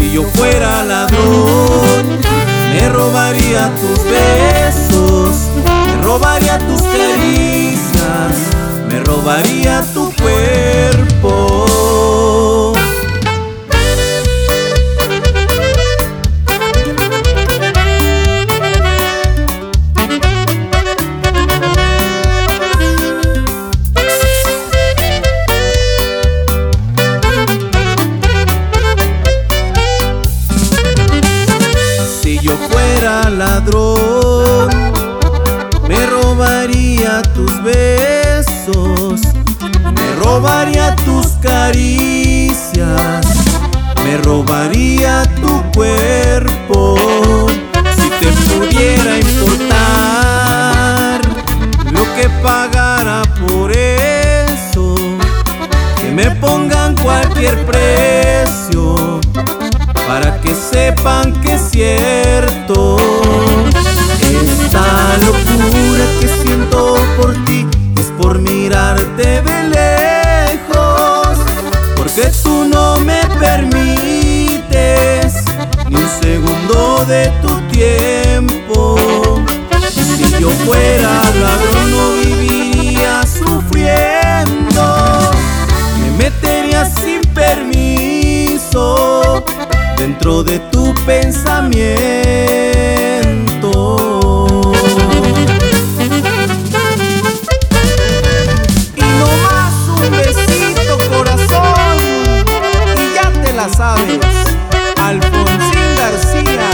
Si yo fuera ladrón, me robaría tus besos, me robaría tus caricias, me robaría tu cuerpo. Si yo fuera ladrón, me robaría tus besos, me robaría tus caricias, me robaría tu cuerpo. Si te pudiera importar lo que pagara por eso, que me pongan cualquier precio para que sepan que es cierto. Esta locura que siento por ti es por mirarte de lejos, porque tú no me permites ni un segundo de tu tiempo. Si yo fuera ladrón no viviría sufriendo, me metería sin permiso dentro de tu pensamiento. Y no más un besito, corazón, y ya te la sabes, Alfonsín García.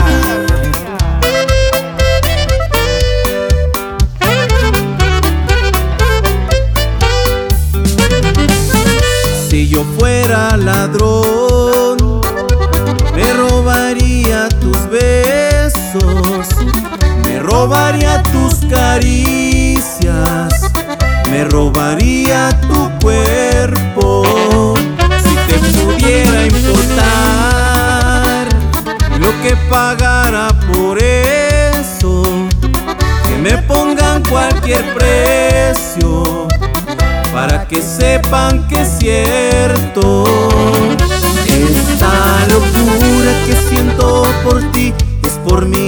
Si yo fuera ladrón, me robaría tus besos, me robaría tus caricias, me robaría tu cuerpo. Si te pudiera importar lo que pagara por eso, que me pongan cualquier precio para que sepan que es cierto. Esta locura que siento por ti es por mí